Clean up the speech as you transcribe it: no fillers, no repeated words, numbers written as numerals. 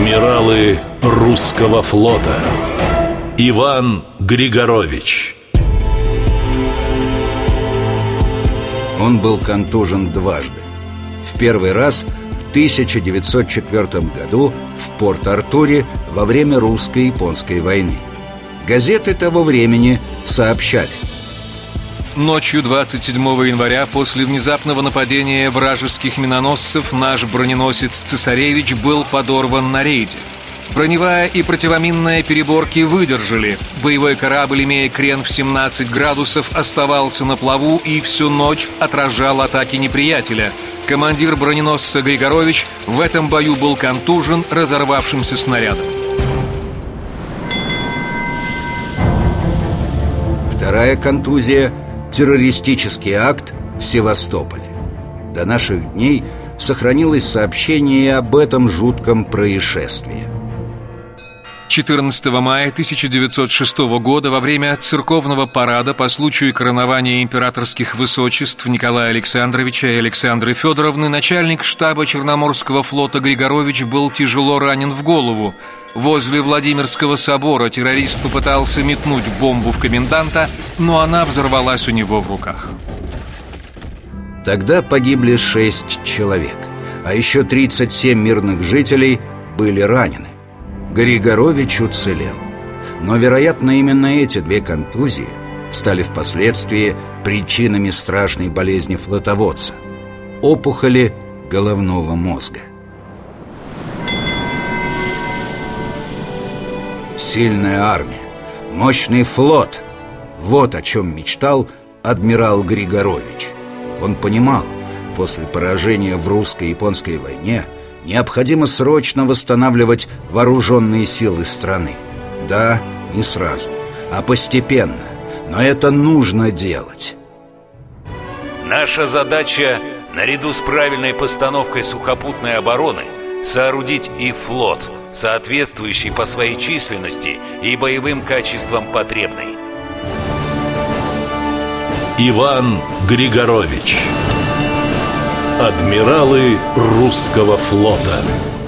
Адмиралы русского флота. Иван Григорович. Он был контужен дважды. В первый раз в 1904 году в Порт-Артуре во время русско-японской войны. Газеты того времени сообщали: ночью 27 января после внезапного нападения вражеских миноносцев наш броненосец «Цесаревич» был подорван на рейде. Броневая и противоминная переборки выдержали. Боевой корабль, имея крен в 17 градусов, оставался на плаву и всю ночь отражал атаки неприятеля. Командир броненосца Григорович в этом бою был контужен разорвавшимся снарядом. Вторая контузия – террористический акт в Севастополе. До наших дней сохранилось сообщение и об этом жутком происшествии. 14 мая 1906 года во время церковного парада по случаю коронования императорских высочеств Николая Александровича и Александры Федоровны начальник штаба Черноморского флота Григорович был тяжело ранен в голову. Возле Владимирского собора террорист попытался метнуть бомбу в коменданта, но она взорвалась у него в руках. Тогда погибли 6 человек, а еще 37 мирных жителей были ранены. Григорович уцелел. Но, вероятно, именно эти 2 контузии стали впоследствии причинами страшной болезни флотоводца – опухоли головного мозга. Сильная армия, мощный флот – вот о чем мечтал адмирал Григорович. Он понимал, после поражения в русско-японской войне необходимо срочно восстанавливать вооруженные силы страны. Да, не сразу, а постепенно, но это нужно делать. Наша задача, наряду с правильной постановкой сухопутной обороны, соорудить и флот, соответствующий по своей численности и боевым качествам потребной. Иван Григорович. Адмиралы русского флота.